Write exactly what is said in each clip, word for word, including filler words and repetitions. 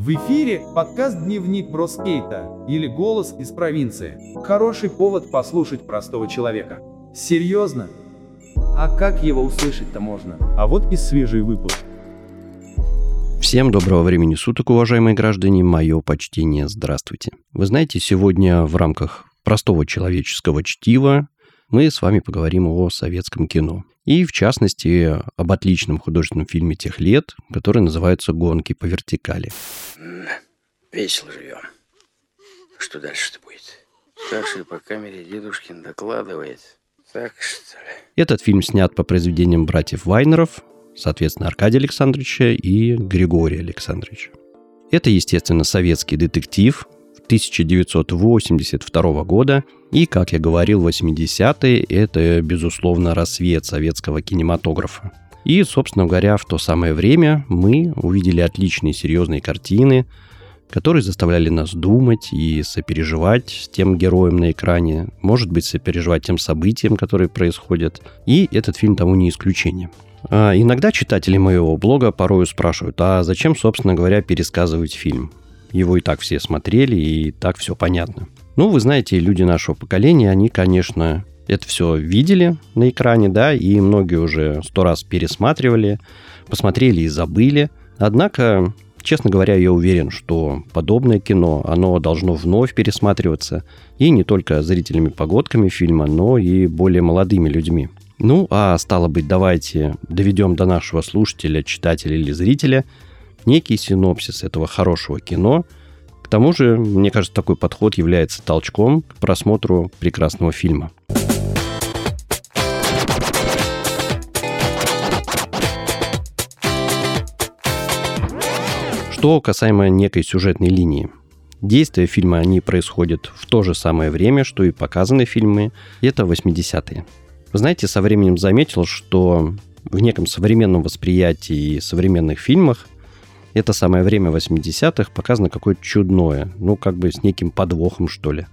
В эфире подкаст «Дневник Броскейта» или «Голос из провинции». Хороший повод послушать простого человека. Серьезно? А как его услышать-то можно? А вот и свежий выпуск. Всем доброго времени суток, уважаемые граждане, мое почтение, здравствуйте. Вы знаете, сегодня в рамках простого человеческого чтива мы с вами поговорим о советском кино. И, в частности, об отличном художественном фильме тех лет, который называется «Гонки по вертикали». Весело живем. Что дальше-то будет? Старший по камере Дедушкин докладывает. Так, что ли? Этот фильм снят по произведениям братьев Вайнеров, соответственно, Аркадия Александровича и Григория Александровича. Это, естественно, советский детектив тысяча девятьсот восемьдесят второго года. И, как я говорил, восьмидесятые – это, безусловно, рассвет советского кинематографа. И, собственно говоря, в то самое время мы увидели отличные серьезные картины, которые заставляли нас думать и сопереживать с тем героем на экране, может быть, сопереживать тем событиям, которые происходят. И этот фильм тому не исключение. А иногда читатели моего блога порою спрашивают, а зачем, собственно говоря, пересказывать фильм? Его и так все смотрели, и так все понятно. Ну, вы знаете, люди нашего поколения, они, конечно, это все видели на экране, да, и многие уже сто раз пересматривали, посмотрели и забыли. Однако, честно говоря, я уверен, что подобное кино, оно должно вновь пересматриваться, и не только зрителями-погодками фильма, но и более молодыми людьми. Ну, а стало быть, давайте доведем до нашего слушателя, читателя или зрителя некий синопсис этого хорошего кино. К тому же, мне кажется, такой подход является толчком к просмотру прекрасного фильма. Что касаемо некой сюжетной линии. Действия фильма, они происходят в то же самое время, что и показаны фильмы. Это восьмидесятые. Вы знаете, со временем заметил, что в неком современном восприятии и современных фильмах это самое время восьмидесятых показано какое-то чудное, ну, как бы с неким подвохом, что ли.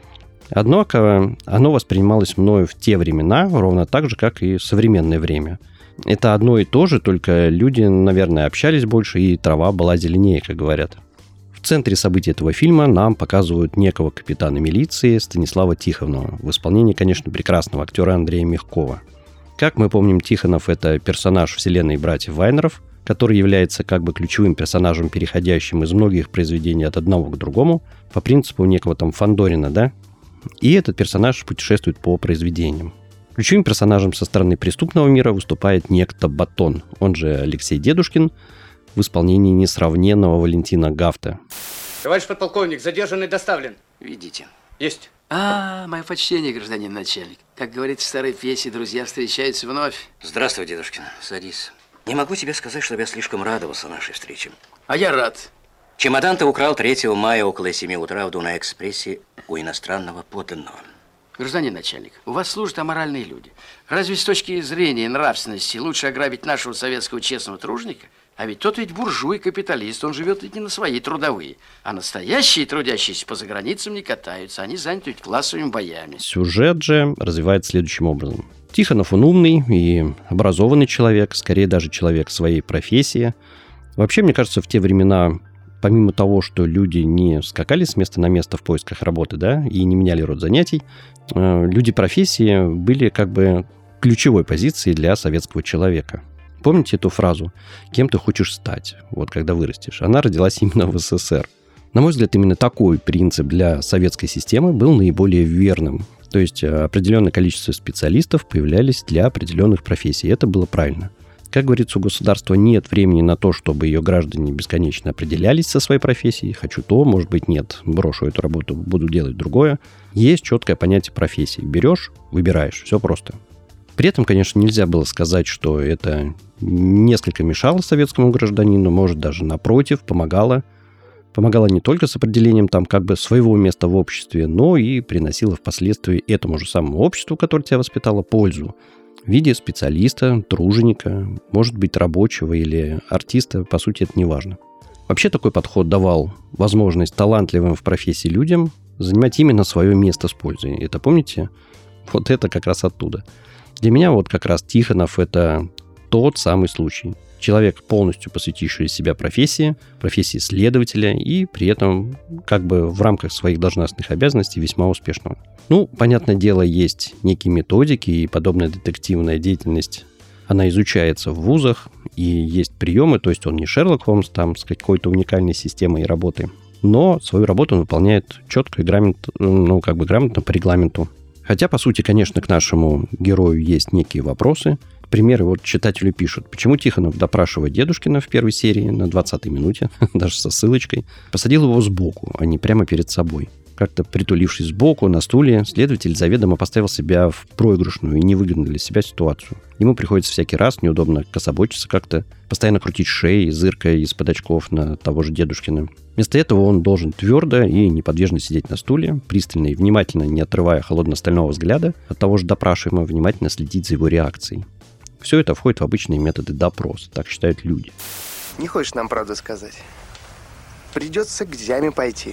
Однако оно воспринималось мною в те времена ровно так же, как и в современное время. Это одно и то же, только люди, наверное, общались больше, и трава была зеленее, как говорят. В центре событий этого фильма нам показывают некого капитана милиции Станислава Тихонова в исполнении, конечно, прекрасного актера Андрея Мягкова. Как мы помним, Тихонов – это персонаж вселенной братьев Вайнеров, который является как бы ключевым персонажем, переходящим из многих произведений от одного к другому, по принципу некого там Фандорина, да? И этот персонаж путешествует по произведениям. Ключевым персонажем со стороны преступного мира выступает некто Батон, он же Алексей Дедушкин, в исполнении несравненного Валентина Гафта. Товарищ подполковник, задержанный доставлен. Видите. Есть. А, мое почтение, гражданин начальник. Как говорится в старой пьесе, друзья встречаются вновь. Здравствуй, Дедушкин. Садись. Не могу тебе сказать, чтобы я слишком радовался нашей встрече. А я рад. Чемодан ты украл третьего мая около семи утра в Дунаэкспрессе у иностранного подданного. Гражданин начальник, у вас служат аморальные люди. Разве с точки зрения нравственности лучше ограбить нашего советского честного труженика? А ведь тот ведь буржуй, капиталист, он живет ведь не на свои трудовые. А настоящие трудящиеся по заграницам не катаются, они заняты ведь классовыми боями. Сюжет же развивается следующим образом. Тихонов, он умный и образованный человек, скорее даже человек своей профессии. Вообще, мне кажется, в те времена, помимо того, что люди не скакали с места на место в поисках работы, да, и не меняли род занятий, люди профессии были как бы ключевой позицией для советского человека. Помните эту фразу «Кем ты хочешь стать?» Вот когда вырастешь. Она родилась именно в СССР. На мой взгляд, именно такой принцип для советской системы был наиболее верным. То есть определенное количество специалистов появлялись для определенных профессий. Это было правильно. Как говорится, у государства нет времени на то, чтобы ее граждане бесконечно определялись со своей профессией. Хочу то, может быть, нет. Брошу эту работу, буду делать другое. Есть четкое понятие профессии. Берешь, выбираешь. Все просто. При этом, конечно, нельзя было сказать, что это несколько мешало советскому гражданину, может, даже напротив, помогало. Помогало не только с определением там как бы своего места в обществе, но и приносило впоследствии этому же самому обществу, которое тебя воспитало, пользу в виде специалиста, труженика, может быть, рабочего или артиста, по сути, это не важно. Вообще такой подход давал возможность талантливым в профессии людям занимать именно свое место с пользой. Это помните? Вот это как раз оттуда. Для меня вот как раз Тихонов – это тот самый случай. Человек, полностью посвятивший себя профессии, профессии следователя и при этом как бы в рамках своих должностных обязанностей весьма успешного. Ну, понятное дело, есть некие методики, и подобная детективная деятельность, она изучается в вузах, и есть приемы, то есть он не Шерлок Холмс там с какой-то уникальной системой работы, но свою работу он выполняет четко и грамотно, ну, как бы грамотно по регламенту. Хотя, по сути, конечно, к нашему герою есть некие вопросы. К примеру, вот читатели пишут, почему Тихонов, допрашивая Дедушкина в первой серии на двадцатой минуте, даже со ссылочкой, посадил его сбоку, а не прямо перед собой. Как-то притулившись сбоку на стуле, следователь заведомо поставил себя в проигрышную и невыгодную для себя ситуацию. Ему приходится всякий раз неудобно кособочиться как-то, постоянно крутить шеи, зыркая из-под очков на того же Дедушкина. Вместо этого он должен твердо и неподвижно сидеть на стуле, пристально и внимательно, не отрывая холодно-стального взгляда от того же допрашиваемого, внимательно следить за его реакцией. Все это входит в обычные методы допроса, так считают люди. Не хочешь нам правду сказать? Придется к Зяме пойти.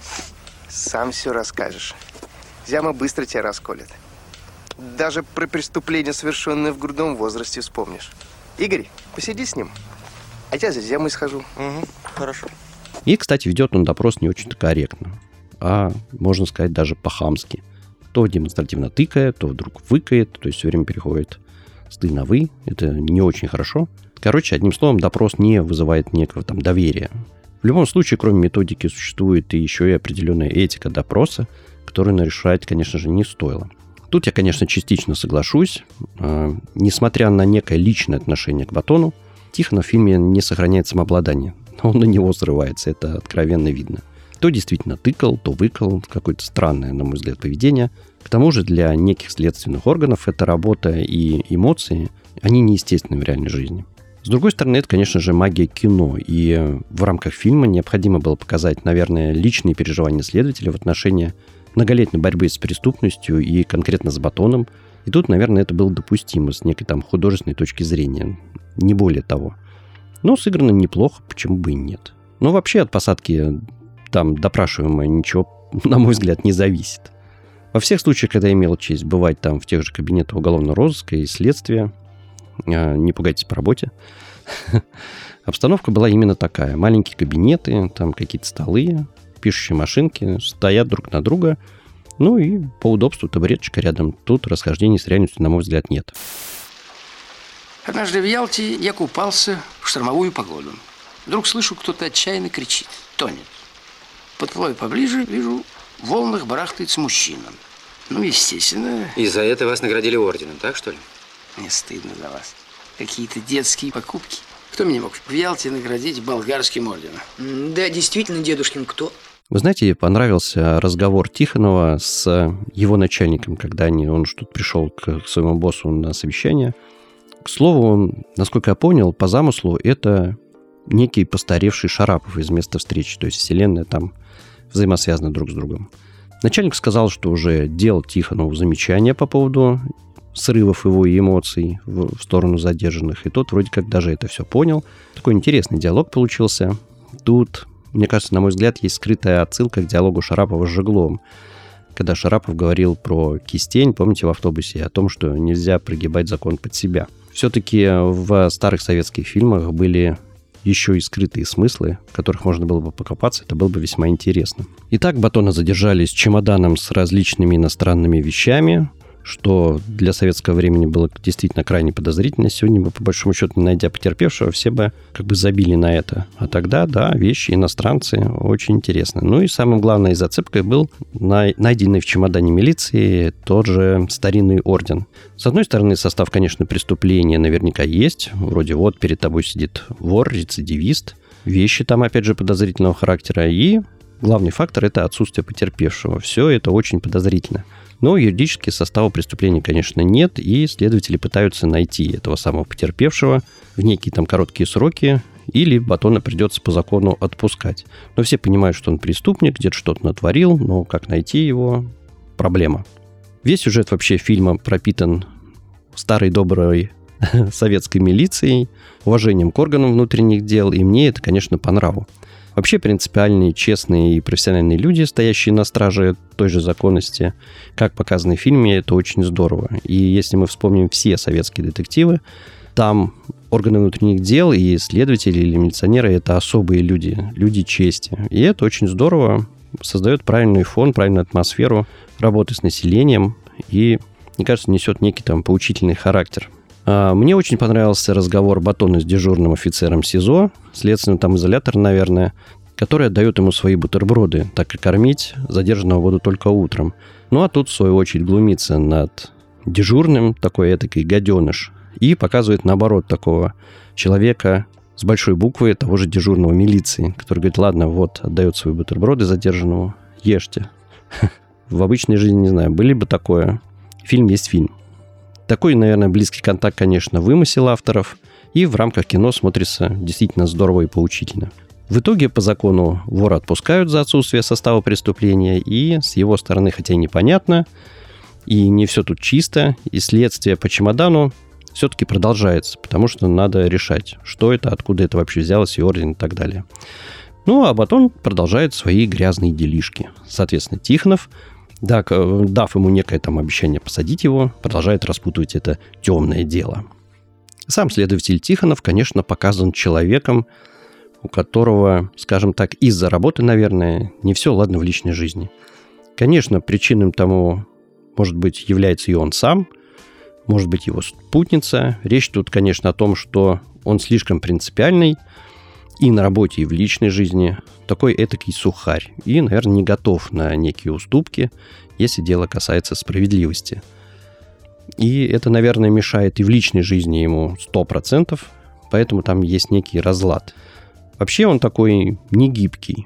Сам все расскажешь. Зяма быстро тебя расколет. Даже про преступление, совершенное в грудном возрасте, вспомнишь. Игорь, посиди с ним. А я за Зямой схожу. Угу, хорошо. И, кстати, ведет он допрос не очень-то корректно, а, можно сказать, даже по-хамски. То демонстративно тыкает, то вдруг выкает, то есть все время переходит с «ты» на «вы». Это не очень хорошо. Короче, одним словом, допрос не вызывает некого там доверия. В любом случае, кроме методики, существует и еще и определенная этика допроса, которую нарушать, конечно же, не стоило. Тут я, конечно, частично соглашусь. Э, несмотря на некое личное отношение к Батону, Тихонов в фильме не сохраняет самообладание. Он на него срывается, это откровенно видно. То действительно тыкал, то выкал. Какое-то странное, на мой взгляд, поведение. К тому же для неких следственных органов эта работа и эмоции, они неестественны в реальной жизни. С другой стороны, это, конечно же, магия кино, и в рамках фильма необходимо было показать, наверное, личные переживания следователя в отношении многолетней борьбы с преступностью и конкретно с Батоном. И тут, наверное, это было допустимо с некой там художественной точки зрения, не более того. Но сыграно неплохо, почему бы и нет. Но вообще от посадки там допрашиваемого ничего, на мой взгляд, не зависит. Во всех случаях, когда я имел честь бывать там в тех же кабинетах уголовного розыска и следствия, не пугайтесь по работе, обстановка была именно такая. Маленькие кабинеты, там какие-то столы, пишущие машинки стоят друг на друга. Ну и по удобству табуреточка рядом. Тут расхождений с реальностью, на мой взгляд, нет. Однажды в Ялте я купался в штормовую погоду. Вдруг слышу, кто-то отчаянно кричит. Тонет. Подплываю поближе, вижу, в волнах барахтается мужчина. Ну, естественно... И за это вас наградили орденом, так что ли? Мне стыдно за вас. Какие-то детские покупки. Кто меня мог в Ялте наградить болгарским орденом? Да, действительно, дедушкин, кто? Вы знаете, понравился разговор Тихонова с его начальником, когда они, он что-то пришел к своему боссу на совещание. К слову, насколько я понял, по замыслу это некий постаревший Шарапов из места встречи. То есть вселенная там взаимосвязана друг с другом. Начальник сказал, что уже делал Тихонову замечания по поводу срывов его эмоций в, в сторону задержанных. И тот вроде как даже это все понял. Такой интересный диалог получился. Тут, мне кажется, на мой взгляд, есть скрытая отсылка к диалогу Шарапова с Жегловым. Когда Шарапов говорил про кистень, помните, в автобусе, о том, что нельзя прогибать закон под себя. Все-таки в старых советских фильмах были еще и скрытые смыслы, в которых можно было бы покопаться, это было бы весьма интересно. Итак, Батона задержали с чемоданом с различными иностранными вещами, что для советского времени было действительно крайне подозрительно. Сегодня бы, по большому счету, не найдя потерпевшего, все бы как бы забили на это. А тогда, да, вещи, иностранцы, очень интересно. Ну и самым главной зацепкой был найденный в чемодане милиции тот же старинный орден. С одной стороны, состав, конечно, преступления наверняка есть. Вроде вот перед тобой сидит вор, рецидивист. Вещи там, опять же, подозрительного характера. И главный фактор – это отсутствие потерпевшего. Все это очень подозрительно. Но юридически состава преступления, конечно, нет, и следователи пытаются найти этого самого потерпевшего в некие там короткие сроки, или Батона придется по закону отпускать. Но все понимают, что он преступник, где-то что-то натворил, но как найти его – проблема. Весь сюжет вообще фильма пропитан старой доброй советской милицией, уважением к органам внутренних дел, и мне это, конечно, по нраву. Вообще принципиальные, честные и профессиональные люди, стоящие на страже той же законности, как показано в фильме, это очень здорово. И если мы вспомним все советские детективы, Там органы внутренних дел и следователи или милиционеры – это особые люди, люди чести. И это очень здорово, создает правильный фон, правильную атмосферу работы с населением и, мне кажется, несет некий там поучительный характер. Мне очень понравился разговор Батона с дежурным офицером СИЗО, следственным там изолятор, наверное, который отдает ему свои бутерброды, так как кормить задержанного буду только утром. Ну а тут, в свою очередь, глумится над дежурным, такой этакий гаденыш, и показывает, наоборот, такого человека с большой буквы, того же дежурного милиции, который говорит: ладно, вот, отдает свои бутерброды задержанному, ешьте. В обычной жизни, не знаю, были бы такое. Фильм есть фильм. Такой, наверное, близкий контакт, конечно, вымысел авторов, и в рамках кино смотрится действительно здорово и поучительно. В итоге, по закону, вора отпускают за отсутствие состава преступления, и с его стороны, хотя и непонятно, и не все тут чисто, и следствие по чемодану все-таки продолжается, потому что надо решать, что это, откуда это вообще взялось, и орден и так далее. Ну, а Батон продолжает свои грязные делишки. Соответственно, Тихонов, дав ему некое там обещание посадить его, продолжает распутывать это темное дело. Сам следователь Тихонов, конечно, показан человеком, у которого, скажем так, из-за работы, наверное, не все ладно в личной жизни. Конечно, причиной тому, может быть, является и он сам, может быть, его спутница. Речь тут, конечно, о том, что он слишком принципиальный и на работе, и в личной жизни, такой этакий сухарь, и, наверное, не готов на некие уступки, если дело касается справедливости. И это, наверное, мешает и в личной жизни ему сто процентов, поэтому там есть некий разлад. Вообще он такой негибкий,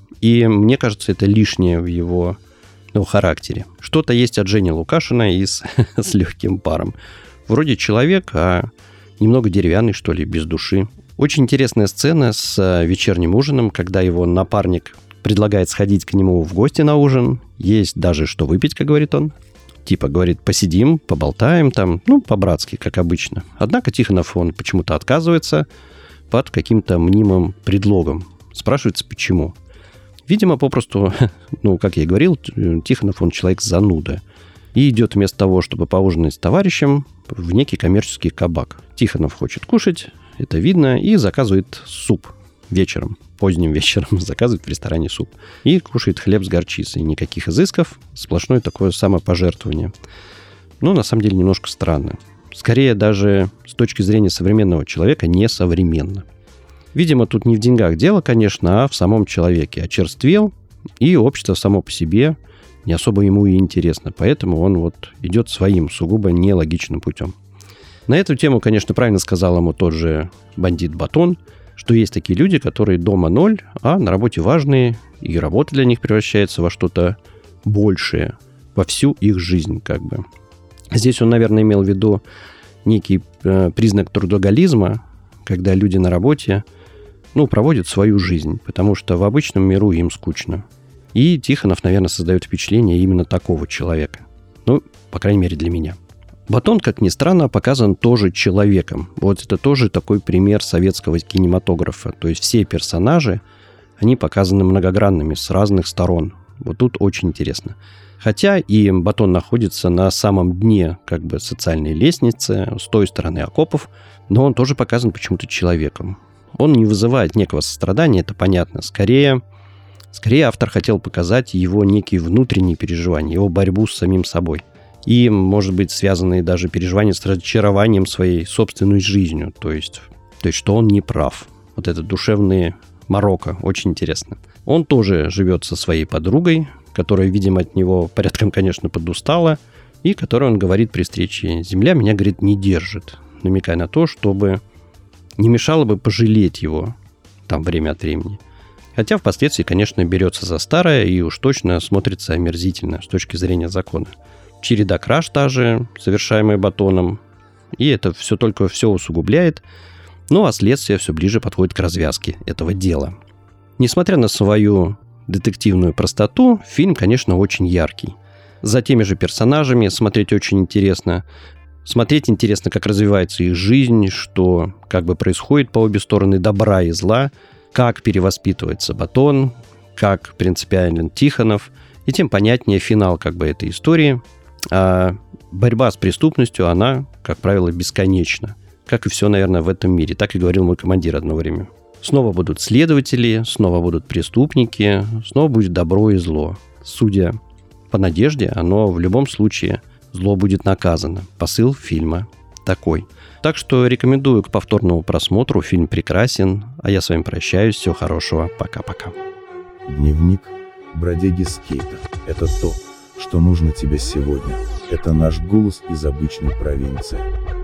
и мне кажется, это лишнее в его, ну, характере. Что-то есть от Жени Лукашина и с, с легким паром. Вроде человек, а немного деревянный, что ли, без души. Очень интересная сцена с вечерним ужином, когда его напарник предлагает сходить к нему в гости на ужин. Есть даже что выпить, как говорит он. Типа, говорит, посидим, поболтаем там, ну, по-братски, как обычно. Однако Тихонов, он почему-то отказывается под каким-то мнимым предлогом. Спрашивается, почему. Видимо, попросту, ну, как я и говорил, Тихонов, он человек зануда. И идет вместо того, чтобы поужинать с товарищем, в некий коммерческий кабак. Тихонов хочет кушать, это видно, и заказывает суп вечером, поздним вечером заказывает в ресторане суп. И кушает хлеб с горчицей. Никаких изысков, сплошное такое самопожертвование. Ну, на самом деле, немножко странно. Скорее, даже с точки зрения современного человека, несовременно. Видимо, тут не в деньгах дело, конечно, а в самом человеке. Очерствел, и общество само по себе не особо ему и интересно. Поэтому он вот идет своим сугубо нелогичным путем. На эту тему, конечно, правильно сказал ему тот же бандит Батон, что есть такие люди, которые дома ноль, а на работе важные, и работа для них превращается во что-то большее, во всю их жизнь как бы. Здесь он, наверное, имел в виду некий э, признак трудоголизма, когда люди на работе, ну, проводят свою жизнь, потому что в обычном миру им скучно. И Тихонов, наверное, создает впечатление именно такого человека. Ну, по крайней мере, для меня. Батон, как ни странно, показан тоже человеком. Вот это тоже такой пример советского кинематографа. То есть все персонажи, они показаны многогранными, с разных сторон. Вот тут очень интересно. Хотя и Батон находится на самом дне как бы социальной лестницы, с той стороны окопов, но он тоже показан почему-то человеком. Он не вызывает некого сострадания, это понятно. Скорее, скорее автор хотел показать его некие внутренние переживания, его борьбу с самим собой. И, может быть, связанные даже переживания с разочарованием своей собственной жизнью. То есть, то есть, что он не прав. Вот это душевные морока, очень интересно. Он тоже живет со своей подругой, которая, видимо, от него порядком, конечно, подустала, и которой он говорит при встрече: «Земля меня, говорит, не держит», намекая на то, чтобы не мешало бы пожалеть его там время от времени. Хотя впоследствии, конечно, берется за старое и уж точно смотрится омерзительно с точки зрения закона. Череда краж та же, совершаемая Батоном, и это все только все усугубляет, ну а следствие все ближе подходит к развязке этого дела. Несмотря на свою детективную простоту, фильм, конечно, очень яркий. За теми же персонажами смотреть очень интересно. Смотреть интересно, как развивается их жизнь, что как бы происходит по обе стороны добра и зла, как перевоспитывается Батон, как принципиален Тихонов, и тем понятнее финал как бы этой истории. А борьба с преступностью, она, как правило, бесконечна. как и все, наверное, в этом мире. Так и говорил мой командир одно время. Снова будут следователи, снова будут преступники, снова будет добро и зло. Судя по надежде, оно в любом случае, зло будет наказано. Посыл фильма такой. Так что рекомендую к повторному просмотру. Фильм прекрасен. А я с вами прощаюсь. Всего хорошего. Пока-пока. Дневник бродяги скейта. Это то, что нужно тебе сегодня. Это наш голос из обычной провинции.